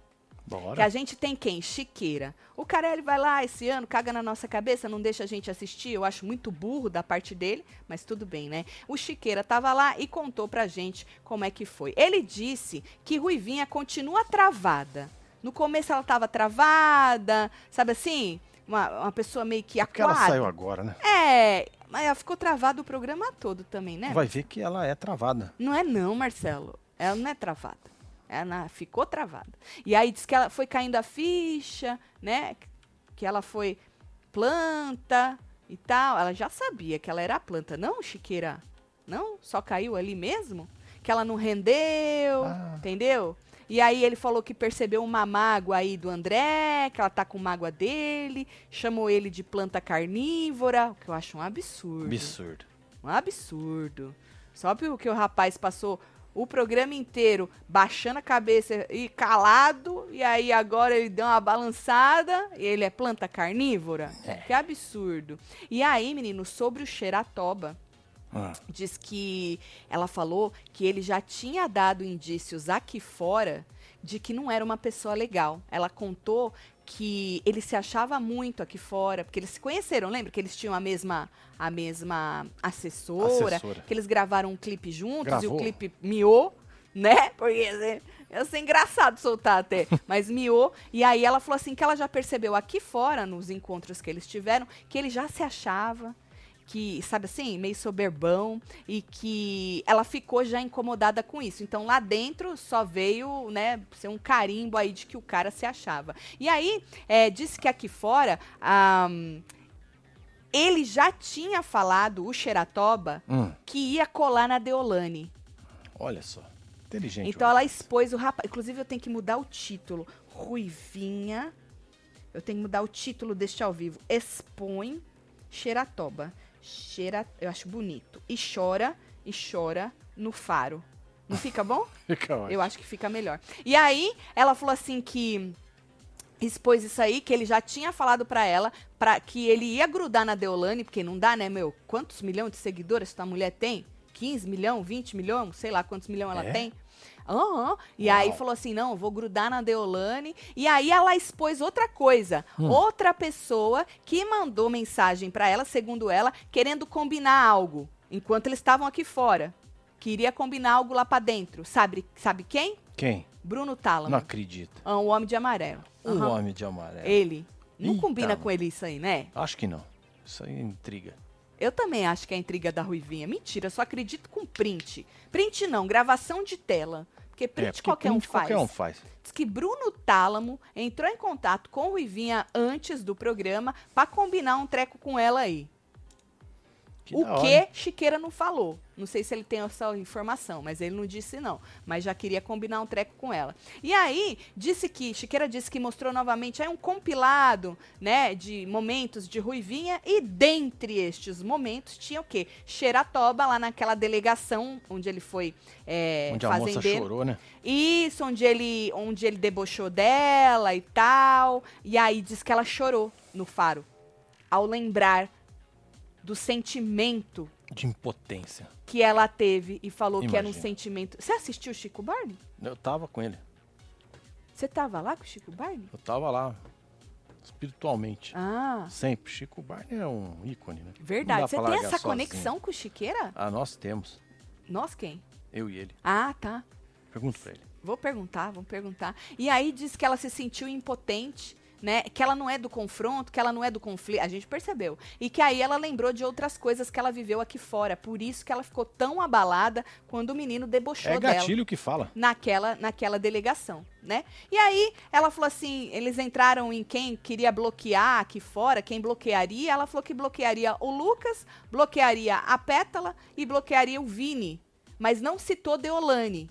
Bora. Que a gente tem quem? Chiqueira. O Carelli vai lá esse ano, caga na nossa cabeça, não deixa a gente assistir. Eu acho muito burro da parte dele, mas tudo bem, né? O Chiqueira tava lá e contou pra gente como é que foi. Ele disse que Ruivinha continua travada. No começo ela tava travada, sabe assim? Uma, uma pessoa meio que Porque ela aquada. saiu agora, né? É, mas ela ficou travada o programa todo também, né? Vai ver que ela é travada. Não é não, Marcelo. Ela não é travada. Ela ficou travada. E aí diz que ela foi caindo a ficha, né? Que ela foi planta e tal. Ela já sabia que ela era planta. Não, Chiqueira? Não? Só caiu ali mesmo? Que ela não rendeu, Ah. entendeu? E aí ele falou que percebeu uma mágoa aí do André, que ela tá com mágoa dele. Chamou ele de planta carnívora, o que eu acho um absurdo. Absurdo. Um absurdo. Só porque o rapaz passou o programa inteiro baixando a cabeça e calado, e aí agora ele deu uma balançada e ele é planta carnívora? É. Que absurdo. E aí, menino, sobre o Xeratoba, Ah. diz que ela falou que ele já tinha dado indícios aqui fora de que não era uma pessoa legal. Ela contou que ele se achava muito aqui fora, porque eles se conheceram, lembra? Que eles tinham a mesma, a mesma assessora, Assessora. que eles gravaram um clipe juntos e Gravou. o clipe miou, né? Porque assim, ia ser engraçado soltar até, mas miou. E aí ela falou assim que ela já percebeu aqui fora, nos encontros que eles tiveram, que ele já se achava, que, sabe assim, meio soberbão, e que ela ficou já incomodada com isso. Então, lá dentro, só veio, né, ser um carimbo aí de que o cara se achava. E aí, é, disse que aqui fora, um, ele já tinha falado, o Xeratoba, Hum. que ia colar na Deolane. Olha só. Inteligente. Então, ó. ela expôs o rapaz. Inclusive, eu tenho que mudar o título. Ruivinha. Eu tenho que mudar o título deste ao vivo. Expõe Xeratoba. Cheira, eu acho bonito. E chora, e chora no faro. Não fica bom? Fica ótimo. Eu acho que fica melhor. E aí, ela falou assim que expôs isso aí, que ele já tinha falado pra ela, pra, que ele ia grudar na Deolane, porque não dá, né, meu? Quantos milhões de seguidores essa mulher tem? quinze milhões, vinte milhões? Sei lá quantos milhões ela É? tem. Aham. E Uau. aí falou assim, não, vou grudar na Deolane. E aí ela expôs outra coisa. Hum. Outra pessoa que mandou mensagem pra ela, segundo ela, querendo combinar algo. Enquanto eles estavam aqui fora. Queria combinar algo lá pra dentro. Sabe, sabe quem? Quem? Bruno Tálamo. Não acredito. Ah, o homem de amarelo. O Aham. homem de amarelo. Ele. Não Eita, combina mano. com ele isso aí, né? Acho que não. Isso aí é intriga. Eu também acho que é a intriga da Ruivinha. Mentira, só acredito com print. Print não, gravação de tela. Porque print É, porque qualquer um print faz. Qualquer um faz. Diz que Bruno Tálamo entrou em contato com Ruivinha antes do programa pra combinar um treco com ela aí. Que da O hora, que hein? Chiqueira não falou. Não sei se ele tem essa informação, mas ele não disse não. Mas já queria combinar um treco com ela. E aí, disse que, Chiqueira disse que mostrou novamente aí um compilado, né, de momentos de Ruivinha. E dentre estes momentos tinha o quê? Xeratoba, lá naquela delegação onde ele foi é, Onde a moça fazendeiro. chorou, né? Isso, onde ele, onde ele debochou dela e tal. E aí diz que ela chorou no faro. Ao lembrar do sentimento De impotência. que ela teve e falou que era um Imagina. sentimento... Você assistiu o Chico Barney? Eu tava com ele. Você tava lá com o Chico Barney? Eu tava lá. Espiritualmente. Ah, Sempre. Chico Barney é um ícone, né? Não verdade. dá Você pra tem largar essa sozinho. conexão com o Chiqueira? Ah, nós temos. Nós quem? Eu e ele. Ah, tá. Pergunto pra ele. Vou perguntar, vamos perguntar. E aí diz que ela se sentiu impotente, né? Que ela não é do confronto, que ela não é do conflito. A gente percebeu. E que aí ela lembrou de outras coisas que ela viveu aqui fora. Por isso que ela ficou tão abalada quando o menino debochou É dela. gatilho que fala. Naquela, naquela delegação, né? E aí, ela falou assim, eles entraram em quem queria bloquear aqui fora, quem bloquearia. Ela falou que bloquearia o Lucas, bloquearia a Pétala e bloquearia o Vini. Mas não citou Deolane.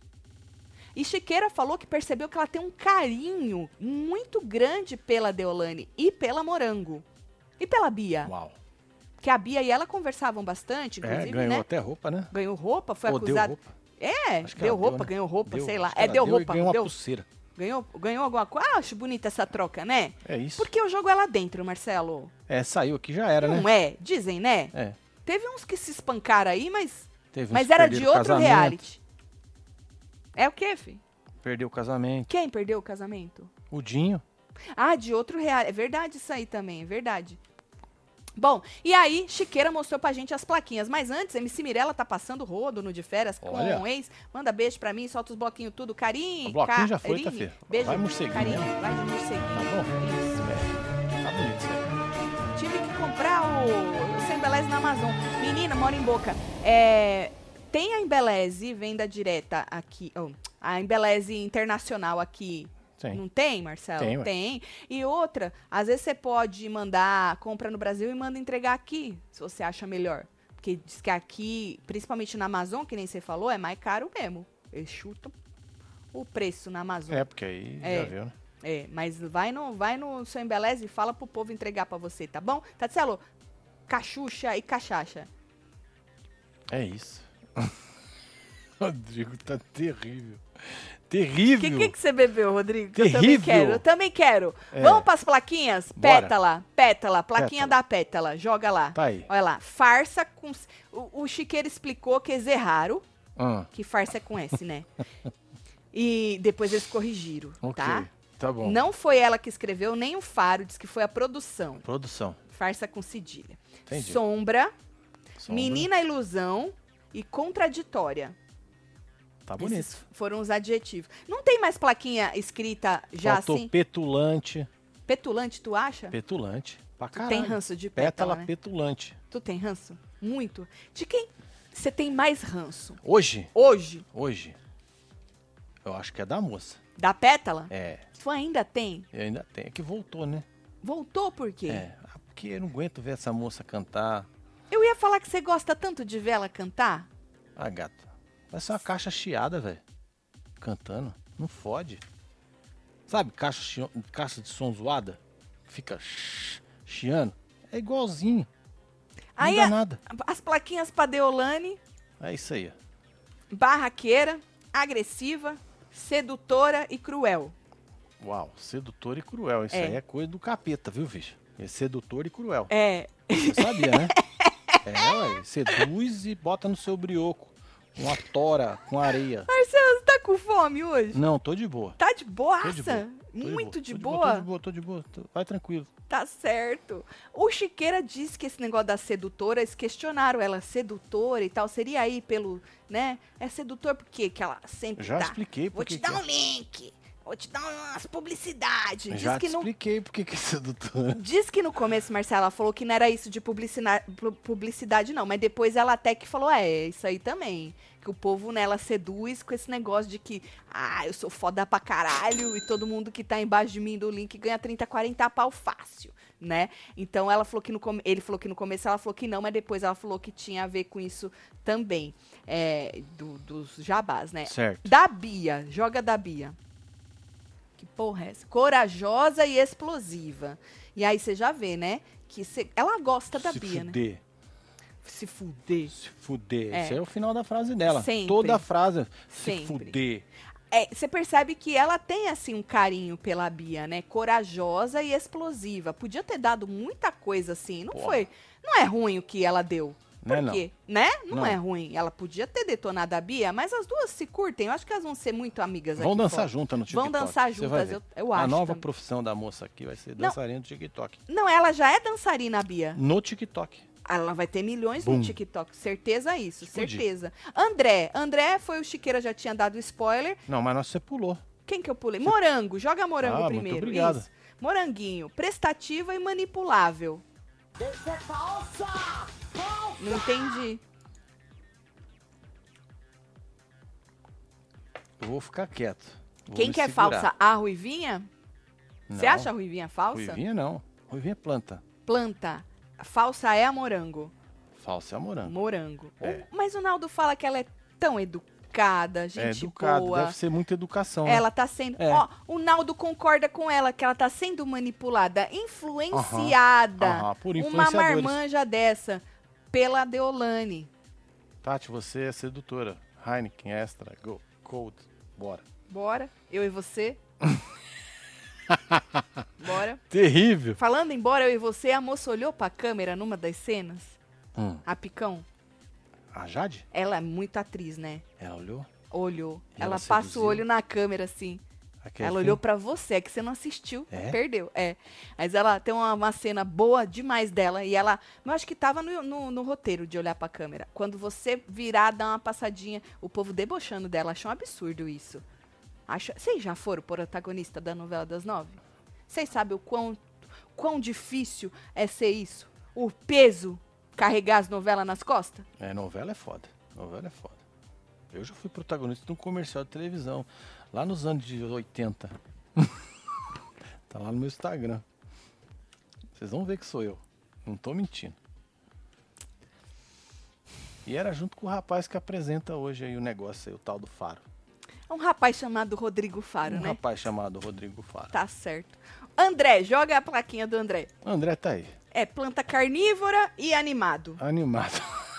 E Chiqueira falou que percebeu que ela tem um carinho muito grande pela Deolane e pela Morango. E pela Bia. Uau. Que a Bia e ela conversavam bastante, É, inclusive, ganhou né? até roupa, né? Ganhou roupa, foi Ou deu acusada. roupa. É, Acho que deu ela roupa, deu, né? ganhou roupa, Deu, sei lá. acho que É, ela deu e roupa, ganhou uma deu. pulseira. Ganhou, ganhou alguma coisa? Ah, acho bonita essa troca, né? É isso. Porque o jogo é lá dentro, Marcelo. É, saiu aqui, já era, Não né? é? Dizem, né? É. Teve uns que se espancaram aí, mas, Teve uns mas que era de perderam o outro casamento. reality. É o quê, filho? Perdeu o casamento. Quem perdeu o casamento? O Dinho. Ah, de outro real. É verdade isso aí também, é verdade. Bom, e aí, Chiqueira mostrou pra gente as plaquinhas. Mas antes, M C Mirella tá passando rodo no de férias com Olha. um ex. Manda beijo pra mim, solta os bloquinhos tudo. Carinho. O bloquinho já foi, tá, Carinho. Fê? Beijo. Vai morceguinho, Carinho. né? Vai de morceguinho. Tá bom? Isso. É, tá bonito isso aí. Tive que comprar o, o Sem Embeleze na Amazon. Menina, mora em Boca. É, tem a Embeleze, venda direta aqui. Oh, a Embeleze internacional aqui. Sim. Não tem, Marcelo? Tem, ué. Tem. E outra, às vezes você pode mandar, compra no Brasil e manda entregar aqui, se você acha melhor. Porque diz que aqui, principalmente na Amazon, que nem você falou, é mais caro mesmo. Eles chutam o preço na Amazon. É, porque aí É. já viu, né? É, mas vai no, vai no seu Embeleze e fala pro povo entregar pra você, tá bom? Tatselo, cachucha e cachaça. É isso. Rodrigo tá terrível. O Terrível. que, que que você bebeu, Rodrigo? Que eu também Terrível. quero, eu também quero. É. Vamos pras plaquinhas? Bora. Pétala, pétala, plaquinha Pétala. da pétala, joga lá. Tá aí. Olha lá, farsa com... O, o Chiqueiro explicou que eles erraram, Ah, que farsa é com S, né? E depois eles corrigiram, ok. tá? Tá bom. Não foi ela que escreveu, nem o Faro, diz que foi a produção. Produção. Farsa com cedilha. Entendi. Sombra, Sombra. menina ilusão e contraditória. Tá bonito. Esses foram os adjetivos. Não tem mais plaquinha escrita já Faltou assim? petulante. Petulante, tu acha? Petulante. Pra Tu caralho. tem ranço de pétala, Pétala né? petulante. Tu tem ranço? Muito. De quem você tem mais ranço? Hoje, Hoje, hoje, eu acho que é da moça. da pétala? É, Tu ainda tem? eu ainda tenho. É que voltou, né? Voltou por quê? É, ah, porque eu não aguento ver essa moça cantar. Eu ia falar que você gosta tanto de ver ela cantar. Ah, gata. Vai ser uma caixa chiada, velho. Cantando. Não fode. Sabe, caixa, chi- caixa de som zoada? Fica ch- chiando. É igualzinho. Não Aí dá a- nada. as plaquinhas pra Deolane, É isso aí, ó. barraqueira, agressiva, sedutora e cruel. Uau, sedutor e cruel. Isso É. aí é coisa do capeta, viu, bicho? É sedutor e cruel. É, Você sabia, né? É, ué. Seduz e bota no seu brioco. Uma tora com areia. Marcelo, você tá com fome hoje? Não, tô de boa. Tá de boaça? Tô de boa. Tô Muito de tô boa? Tô de boa, tô de boa. tô- Vai tranquilo. Tá certo. O Chiqueira disse que esse negócio da sedutora, eles questionaram ela, sedutora e tal. Seria aí pelo, né? É sedutor por quê? Que ela sempre Já tá. expliquei por Vou que te dar que é. um link. Vou te dar umas publicidades. Diz Já que te no expliquei por que que é sedutora. Diz que no começo, Marcela, ela falou que não era isso de publicina- pu- publicidade, não. Mas depois ela até que falou, é, isso aí também. Que o povo nela seduz com esse negócio de que, ah, eu sou foda pra caralho e todo mundo que tá embaixo de mim do link ganha trinta, quarenta pau fácil, né? Então ela falou que no come- ele falou que no começo ela falou que não, mas depois ela falou que tinha a ver com isso também. É, do- dos jabás, né? Certo. Da Bia, joga da Bia. Que porra é essa? Corajosa e explosiva. E aí você já vê, né? Que cê- ela gosta da Se Bia, né? fuder. Se fuder. Se fuder. É. Esse é o final da frase dela. Sempre. Toda a frase. Se Sempre. fuder. É, você percebe que ela tem, assim, um carinho pela Bia, né? Corajosa e explosiva. Podia ter dado muita coisa, assim. Não Porra. foi... Não é ruim o que ela deu. Né, Por não? quê? Né? Não, Não. é ruim. Ela podia ter detonado a Bia, mas as duas se curtem. Eu acho que elas vão ser muito amigas Vão aqui dançar fora. juntas no Vão TikTok. dançar Você vai juntas, ver. eu, eu acho. A nova também. profissão da moça aqui vai ser Não. dançarina do TikTok. Não, ela já é dançarina, a Bia. No TikTok. Ela vai ter milhões Bum. no TikTok, certeza isso, Explodiu. certeza. André, André foi o Chiqueira, já tinha dado spoiler. Não, mas nós você pulou. Quem que eu pulei? Morango, joga morango Ah, muito primeiro. obrigado. Isso. Moranguinho, prestativa e manipulável. Isso é falsa! Falsa! Não entendi. Eu vou ficar quieto. Vou Quem me que é segurar. falsa? A Ruivinha? Você Não. acha a Ruivinha falsa? Ruivinha não. Ruivinha é planta. Planta. Falsa é a morango. Falsa é a morango. Morango. É. O- Mas o Naldo fala que ela é tão educada, gente É educado. boa. Deve ser muita educação. né? Ela tá sendo. É. Ó, o Naldo concorda com ela que ela tá sendo manipulada, influenciada. Aham, por Uma influenciadores. marmanja dessa pela Deolane. Tati, você é sedutora. Heineken, Extra, Go, Cold. Bora. Bora? Eu e você? Bora. Terrível. Falando em bora, eu e você, a moça olhou pra câmera numa das cenas. Hum. A Picão. A Jade? Ela é muito atriz, né? Ela olhou? Olhou. E Ela ela passa seduziu? o olho na câmera, assim. Aquele Ela filme? olhou pra você, é que você não assistiu, É? perdeu. É. Mas ela tem uma, uma cena boa demais dela. E ela. Eu acho que tava no, no, no roteiro de olhar pra câmera. Quando você virar, dar uma passadinha, o povo debochando dela. Achou um absurdo isso. Acho... Vocês já foram protagonista da novela das nove? Vocês sabem o quão, quão difícil é ser isso? O peso, carregar as novelas nas costas? É, novela é foda. Novela é foda. Eu já fui protagonista de um comercial de televisão. Lá nos anos de oitenta. Tá lá no meu Instagram. Vocês vão ver que sou eu. Não tô mentindo. E era junto com o rapaz que apresenta hoje aí o negócio aí, o tal do Faro. É um rapaz chamado Rodrigo Faro, Um né? rapaz chamado Rodrigo Faro. Tá certo. André, joga a plaquinha do André. André tá aí. É planta carnívora e animado. Animado.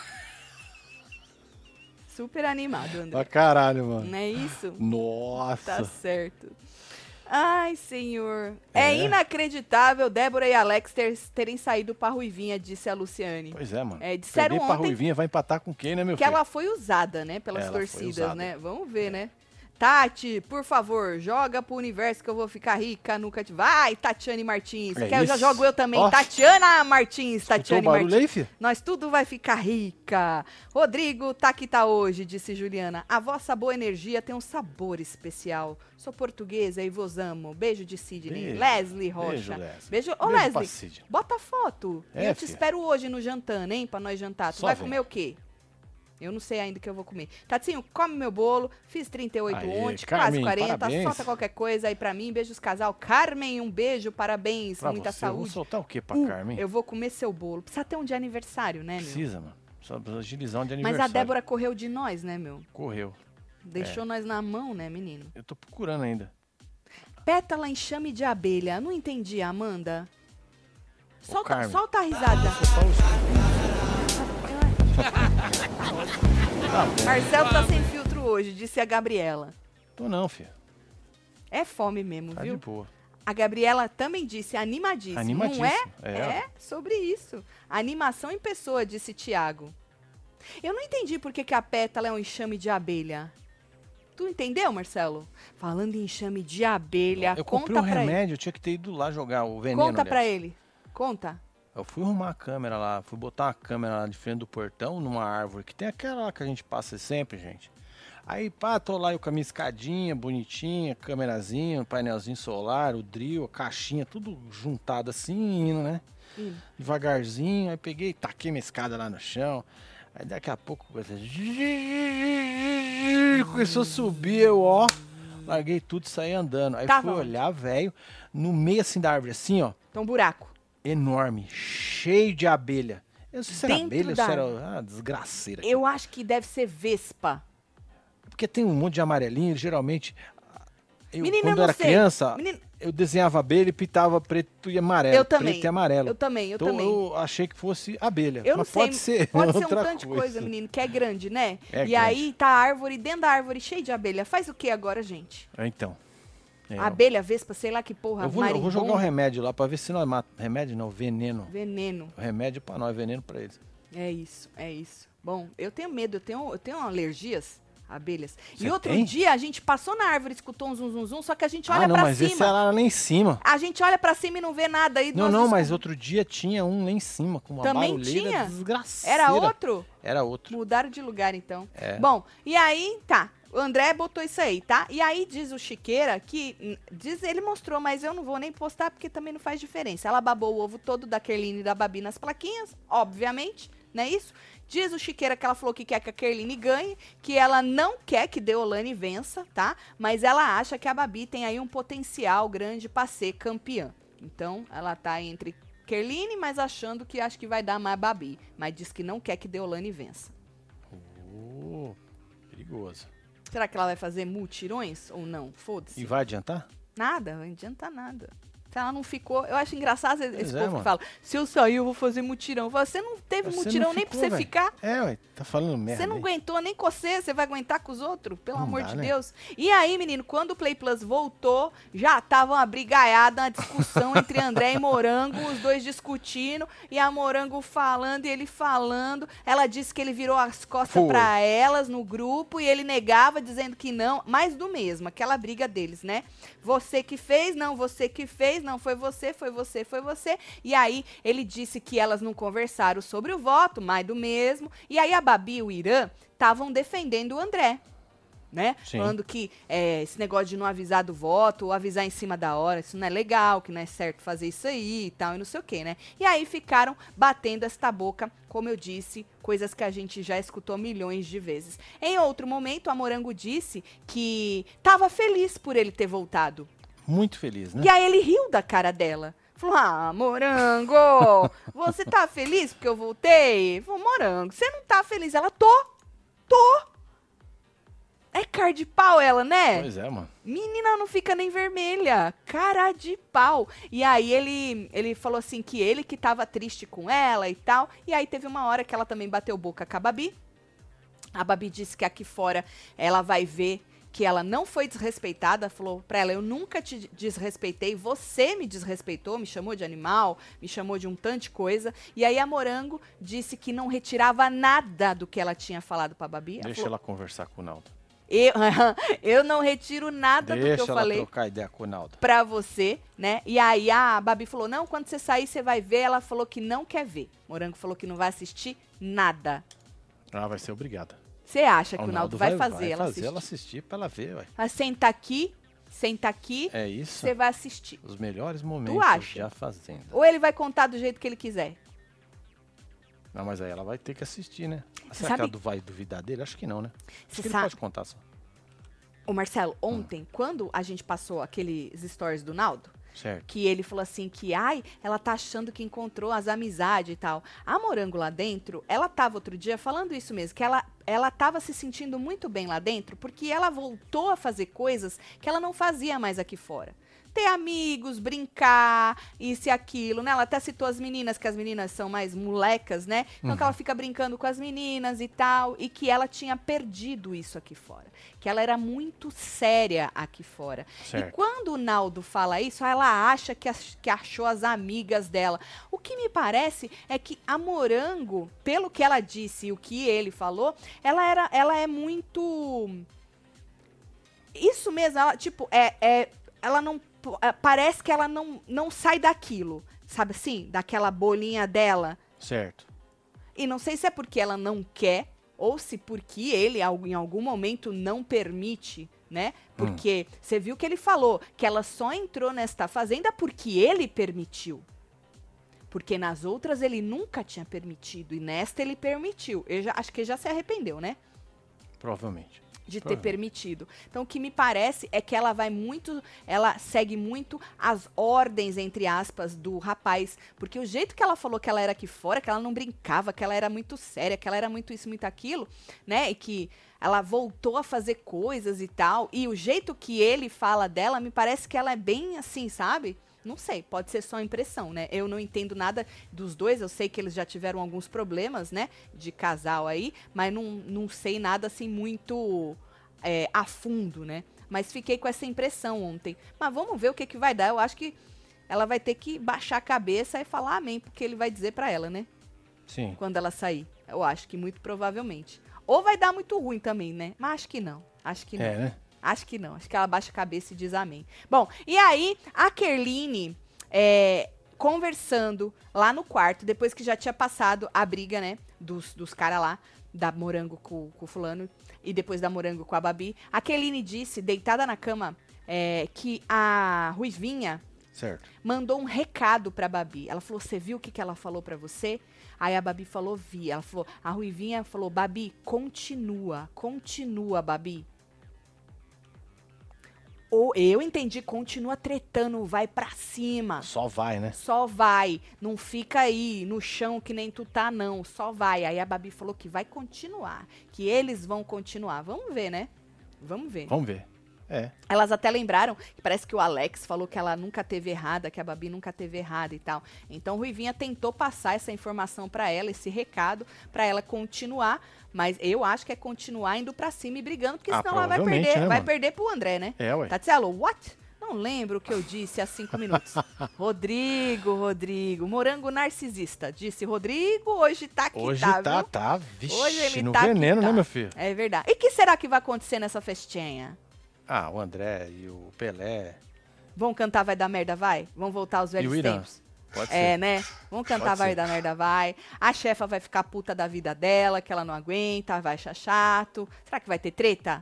Super animado, André. Pra caralho, mano. Não é isso? Nossa. Tá certo. Ai, senhor. É, É. inacreditável Débora e Alex ter- terem saído pra Ruivinha, disse a Luciane. Pois é, mano. É, disseram Perder pra ontem Ruivinha vai empatar com quem, né, meu que filho? ela foi usada, né, pelas Ela foi torcidas, usada. né? Vamos ver, né? Tati, por favor, joga pro universo que eu vou ficar rica, nunca te... Vai, Tatiane Martins. É Quer, eu já isso. jogo eu também. Ó. Tatiana Martins, Escutou o Tatiane barulho Martins. aí, filho? Nós tudo vai ficar rica. Rodrigo tá que tá hoje, disse Juliana. A vossa boa energia tem um sabor especial. Sou portuguesa e vos amo. Beijo de Sidney. Beijo. Leslie Rocha. Beijo, Leslie. Beijo. Ô, Beijo pra Leslie, Sidney. bota foto. É, eu te filha. espero hoje no jantando, hein? Pra nós jantar. Tu Só vai vem. comer o quê? Eu não sei ainda o que eu vou comer. Tatinho, come meu bolo. Fiz trinta e oito Aê, ontem, Carmen, quase quarenta. parabéns. Solta qualquer coisa aí pra mim. Beijos, casal. Carmen, um beijo, parabéns. Pra muita você, eu vou saúde. soltar o quê pra Uh, Carmen? Eu vou comer seu bolo. Precisa ter um de aniversário, né, meu? Precisa, mano. Só precisa agilizar um de Mas aniversário. a Débora correu de nós, né, meu? Correu. Deixou É. nós na mão, né, menino? Eu tô procurando ainda. Pétala enxame de abelha. Não entendi, Amanda. Solta, Carmen. solta a risada. Só os... Tá bom. Marcelo tá sem filtro hoje, disse a Gabriela. Tô não, filho. É fome mesmo, Tá viu? de boa. A Gabriela também disse animadíssimo. Animadíssimo, Não é? é. É sobre isso. Animação em pessoa, disse Tiago. Eu não entendi por que, que a pétala é um enxame de abelha. Tu entendeu, Marcelo? Falando em enxame de abelha, Eu conta comprei um pra ele. remédio, eu tinha que ter ido lá jogar o veneno. Conta aliás. pra ele. Conta. Eu fui arrumar a câmera lá, fui botar uma câmera lá de frente do portão, numa árvore, que tem aquela lá que a gente passa sempre, gente. Aí, pá, tô lá eu com a minha escadinha, bonitinha, câmerazinha, painelzinho solar, o drill, a caixinha, tudo juntado assim, indo, né? Indo. Devagarzinho, aí peguei, taquei minha escada lá no chão. Aí daqui a pouco coisa... começou a subir, eu, ó, larguei tudo e saí andando. Aí Tava fui onde? olhar, velho, no meio assim da árvore, assim, ó, Então, buraco. enorme, cheio de abelha. Eu não sei se era Dentro abelha ou da se era ah, desgraceira. Eu acho que deve ser vespa. Porque tem um monte de amarelinho, geralmente... Eu, Menina, quando eu eu não era sei. criança, Menina- eu desenhava abelha e pintava preto e amarelo. Eu também. Preto e amarelo. Eu também, eu então também. eu achei que fosse abelha. Eu não mas sei. pode ser Pode ser um outra tanto de coisa, menino, que é grande, né? É e grande. aí tá a árvore, dentro da árvore, cheia de abelha. Faz o que agora, gente? Então. É, Abelha, vespa, sei lá que porra, eu, vou, eu vou jogar o marimbondo, remédio lá pra ver se nós mata. Remédio não, veneno. veneno. O remédio pra nós, veneno pra eles. É isso, é isso. Bom, eu tenho medo, eu tenho, eu tenho alergias a abelhas. Você e outro tem? dia a gente passou na árvore, escutou um zum zum zum, só que a gente olha ah, não, pra mas esse cima. era lá em cima. A gente olha pra cima e não vê nada. Aí Não, nós não, descob- mas outro dia tinha um lá em cima, com uma Também barulheira tinha? desgraceira. Era outro? Era outro. Mudaram de lugar, então. É. Bom, e aí, tá. O André botou isso aí, tá? E aí diz o Chiqueira que... hum, Diz, ele mostrou, mas eu não vou nem postar porque também não faz diferença. Ela babou o ovo todo da Kerline e da Babi nas plaquinhas, obviamente, não é isso? Diz o Chiqueira que ela falou que quer que a Kerline ganhe, que ela não quer que Deolane vença, tá? Mas ela acha que a Babi tem aí um potencial grande pra ser campeã. Então, ela tá entre Kerline, mas achando que acho que vai dar mais Babi. Mas diz que não quer que Deolane vença. Oh, perigoso. Será que ela vai fazer mutirões ou não? Foda-se. E vai adiantar? Nada, não adianta nada. Se ela não ficou... Eu acho engraçado esse Pois é, povo mano. que fala, se eu sair eu vou fazer mutirão. Você não teve Você mutirão não nem pra ficou, você velho. ficar. É, ué, tá falando merda. Você não aí. aguentou nem com você, você vai aguentar com os outros? Pelo Não amor dá, de né? Deus. E aí, menino, quando o Play Plus voltou, já tava uma brigaiada, uma discussão entre André e Morango, os dois discutindo, e a Morango falando e ele falando. Ela disse que ele virou as costas Foi. pra elas no grupo e ele negava, dizendo que não. Mais do mesmo, aquela briga deles, né? Você que fez, não, você que fez, não, foi você, foi você, foi você. E aí, ele disse que elas não conversaram sobre o voto, mais do mesmo. E aí, a Babi e o Irã estavam defendendo o André, né? Sim. Falando que é, esse negócio de não avisar do voto ou avisar em cima da hora, isso não é legal, que não é certo fazer isso aí e tal, e não sei o quê, né? E aí ficaram batendo esta boca, como eu disse, coisas que a gente já escutou milhões de vezes. Em outro momento, a Morango disse que estava feliz por ele ter voltado. Muito feliz, né? E aí ele riu da cara dela. Falou, ah, Morango, você tá feliz porque eu voltei? Falou, Morango, você não tá feliz? Ela, tô, tô. É cara de pau ela, né? Pois é, mano. Menina não fica nem vermelha, cara de pau. E aí ele, ele falou assim que ele que tava triste com ela e tal. E aí teve uma hora que ela também bateu boca com a Babi. A Babi disse que aqui fora ela vai ver que ela não foi desrespeitada, falou pra ela, eu nunca te desrespeitei, você me desrespeitou, me chamou de animal, me chamou de um tanto de coisa. E aí a Morango disse que não retirava nada do que ela tinha falado pra Babi. Ela Deixa falou, ela conversar com o Naldo. eu, eu não retiro nada do que Deixa eu ela falei trocar ideia com o Naldo. pra você, né? E aí a Babi falou, não, quando você sair você vai ver. Ela falou que não quer ver. Morango falou que não vai assistir nada. Ela vai ser obrigada. Você acha que O o Naldo vai, fazer, vai ela fazer assistir? ela assistir pra ela ver, ué. Ah, senta aqui, senta aqui, É isso. você vai assistir. Os melhores momentos acha? da Fazenda. Ou ele vai contar do jeito que ele quiser. Não, mas aí ela vai ter que assistir, né? Você Será sabe- que ela vai duvidar dele? Acho que não, né? Acho Você que ele sabe- pode contar só. Ô Marcelo, ontem, quando a gente passou aqueles stories do Naldo, Certo. que ele falou assim que, ai, ela tá achando que encontrou as amizades e tal. A Morango lá dentro, ela tava outro dia falando isso mesmo, que ela, ela tava se sentindo muito bem lá dentro, porque ela voltou a fazer coisas que ela não fazia mais aqui fora. Ter amigos, brincar, isso e aquilo, né? Ela até citou as meninas, que as meninas são mais molecas, né? Então que ela fica brincando com as meninas e tal, e que ela tinha perdido isso aqui fora. Que ela era muito séria aqui fora. Certo. E quando o Naldo fala isso, ela acha que, ach- que achou as amigas dela. O que me parece é que a Morango, pelo que ela disse e o que ele falou, ela, era, ela é muito... Isso mesmo, ela, tipo, é, é, ela não... é, Parece que ela não, não sai daquilo, sabe assim? Daquela bolinha dela. Certo. E não sei se é porque ela não quer, ou se porque ele, al- em algum momento, não permite, né? Porque você viu que ele falou que ela só entrou nesta fazenda porque ele permitiu. Porque nas outras ele nunca tinha permitido, e nesta ele permitiu. Eu já, acho que ele já se arrependeu, né? Provavelmente. De ter Provavelmente. permitido. Então, o que me parece é que ela vai muito, ela segue muito as ordens, entre aspas, do rapaz. Porque o jeito que ela falou que ela era aqui fora, que ela não brincava, que ela era muito séria, que ela era muito isso, muito aquilo, né? E que ela voltou a fazer coisas e tal. E o jeito que ele fala dela, me parece que ela é bem assim, sabe? Não sei, pode ser só impressão, né? Eu não entendo nada dos dois, eu sei que eles já tiveram alguns problemas, né? De casal aí, mas não, não sei nada assim muito é, a fundo, né? Mas fiquei com essa impressão ontem. Mas vamos ver o que, que vai dar. Eu acho que ela vai ter que baixar a cabeça e falar amém, porque ele vai dizer pra ela, né? Sim. Quando ela sair. Eu acho que muito provavelmente. Ou vai dar muito ruim também, né? Mas acho que não. Acho que não. É, né? Acho que não. Acho que ela baixa a cabeça e diz amém. Bom, e aí a Kerline é, conversando lá no quarto, depois que já tinha passado a briga, né, dos, dos caras lá, da Morango com, com o fulano, e depois da Morango com a Babi, a Kerline disse, deitada na cama, é, que a Ruivinha Certo. mandou um recado pra Babi. Ela falou, você viu o que, que ela falou pra você? Aí a Babi falou, vi. Ela falou, a Ruivinha falou, Babi, continua, continua, Babi. Ou eu entendi, continua tretando, vai pra cima. Só vai, né? Só vai, não fica aí no chão que nem tu tá, não. Só vai. Aí a Babi falou que vai continuar, que eles vão continuar. Vamos ver, né? Vamos ver. Vamos ver. É. Elas até lembraram que parece que o Alex falou que ela nunca teve errada, que a Babi nunca teve errada e tal. Então, Ruivinha tentou passar essa informação pra ela, esse recado, pra ela continuar. Mas eu acho que é continuar indo pra cima e brigando, porque Ah, senão ela vai provavelmente, perder, né, vai mano? perder pro André, né? É, ué. Tatselo, what? Não lembro o que eu disse há cinco minutos. Rodrigo, Rodrigo, morango narcisista. Disse Rodrigo, hoje tá que Hoje tá, tá, viu? tá, vixe, Hoje ele no tá que veneno, tá. né, meu filho? É verdade. E o que será que vai acontecer nessa festinha? Ah, o André e o Pelé Vão cantar Vai Dar Merda Vai? Vão voltar aos e o velhos Irã. tempos? Pode É, ser. né? Vamos cantar Pode Vai ser. Dar Merda Vai. A chefa vai ficar puta da vida dela, que ela não aguenta, vai achar chato. Será que vai ter treta?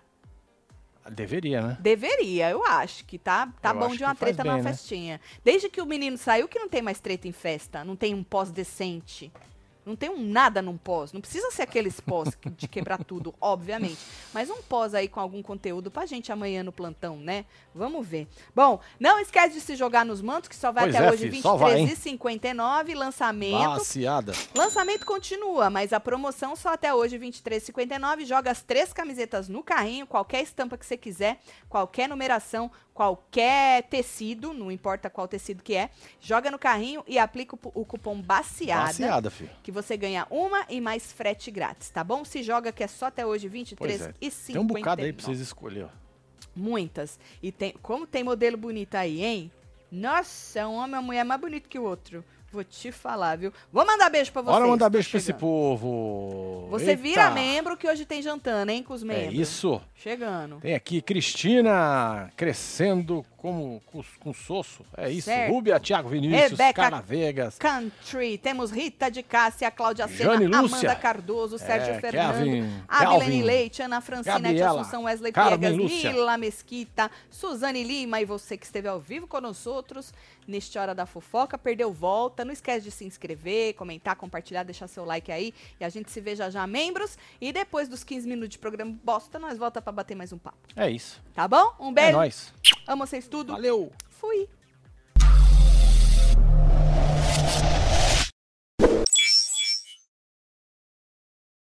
Deveria, né? Deveria, eu acho que tá, tá Eu bom acho de uma que faz treta bem, numa né? festinha. Desde que o menino saiu, que não tem mais treta em festa. Não tem um pós decente. Não tem um nada num pós. Não precisa ser aqueles pós que- de quebrar tudo, obviamente. Mas um pós aí com algum conteúdo pra gente amanhã no plantão, né? Vamos ver. Bom, não esquece de se jogar nos mantos, que só vai Pois até é, hoje, fi, só vai, vinte e três hein? e cinquenta e nove, lançamento. Baciada. Lançamento continua, mas a promoção só até hoje, vinte e três e cinquenta e nove. Joga as três camisetas no carrinho, qualquer estampa que você quiser, qualquer numeração, qualquer tecido, não importa qual tecido que é. Joga no carrinho e aplica o, pu- o cupom BACIADA, Baciada, filho. que você ganha uma e mais frete grátis, tá bom? Se joga que é só até hoje, vinte e três Pois é. e cinquenta e nove. Tem um bocado aí pra vocês escolherem, ó. Muitas. E tem, como tem modelo bonito aí, hein? Nossa, um homem e uma mulher mais bonito que o outro. Vou te falar, viu? Vou mandar beijo pra vocês. Bora mandar tô beijo pra esse chegando. povo. Você Eita. vira membro que hoje tem jantando, hein, com os É membros. isso. Chegando. Tem aqui Cristina crescendo como com, com soço. É isso. Certo. Rúbia, Thiago Vinícius, Rebeca Canavegas. Country. Temos Rita de Cássia, Cláudia Sena, Jane Lúcia. Amanda Cardoso, Sérgio É, Fernando, Kevin, Abilene Calvin, Leite, Ana Francinete, Gabriela, Assunção Wesley Carmen Piegas, Lúcia. Mila Mesquita, Suzane Lima e você que esteve ao vivo com nós outros neste Hora da Fofoca, perdeu volta, não esquece de se inscrever, comentar, compartilhar, deixar seu like aí e a gente se vê já já membros e depois dos quinze minutos de programa bosta, nós volta pra bater mais um papo, É isso. tá bom? Um É beijo, nóis. amo vocês tudo, Valeu. fui!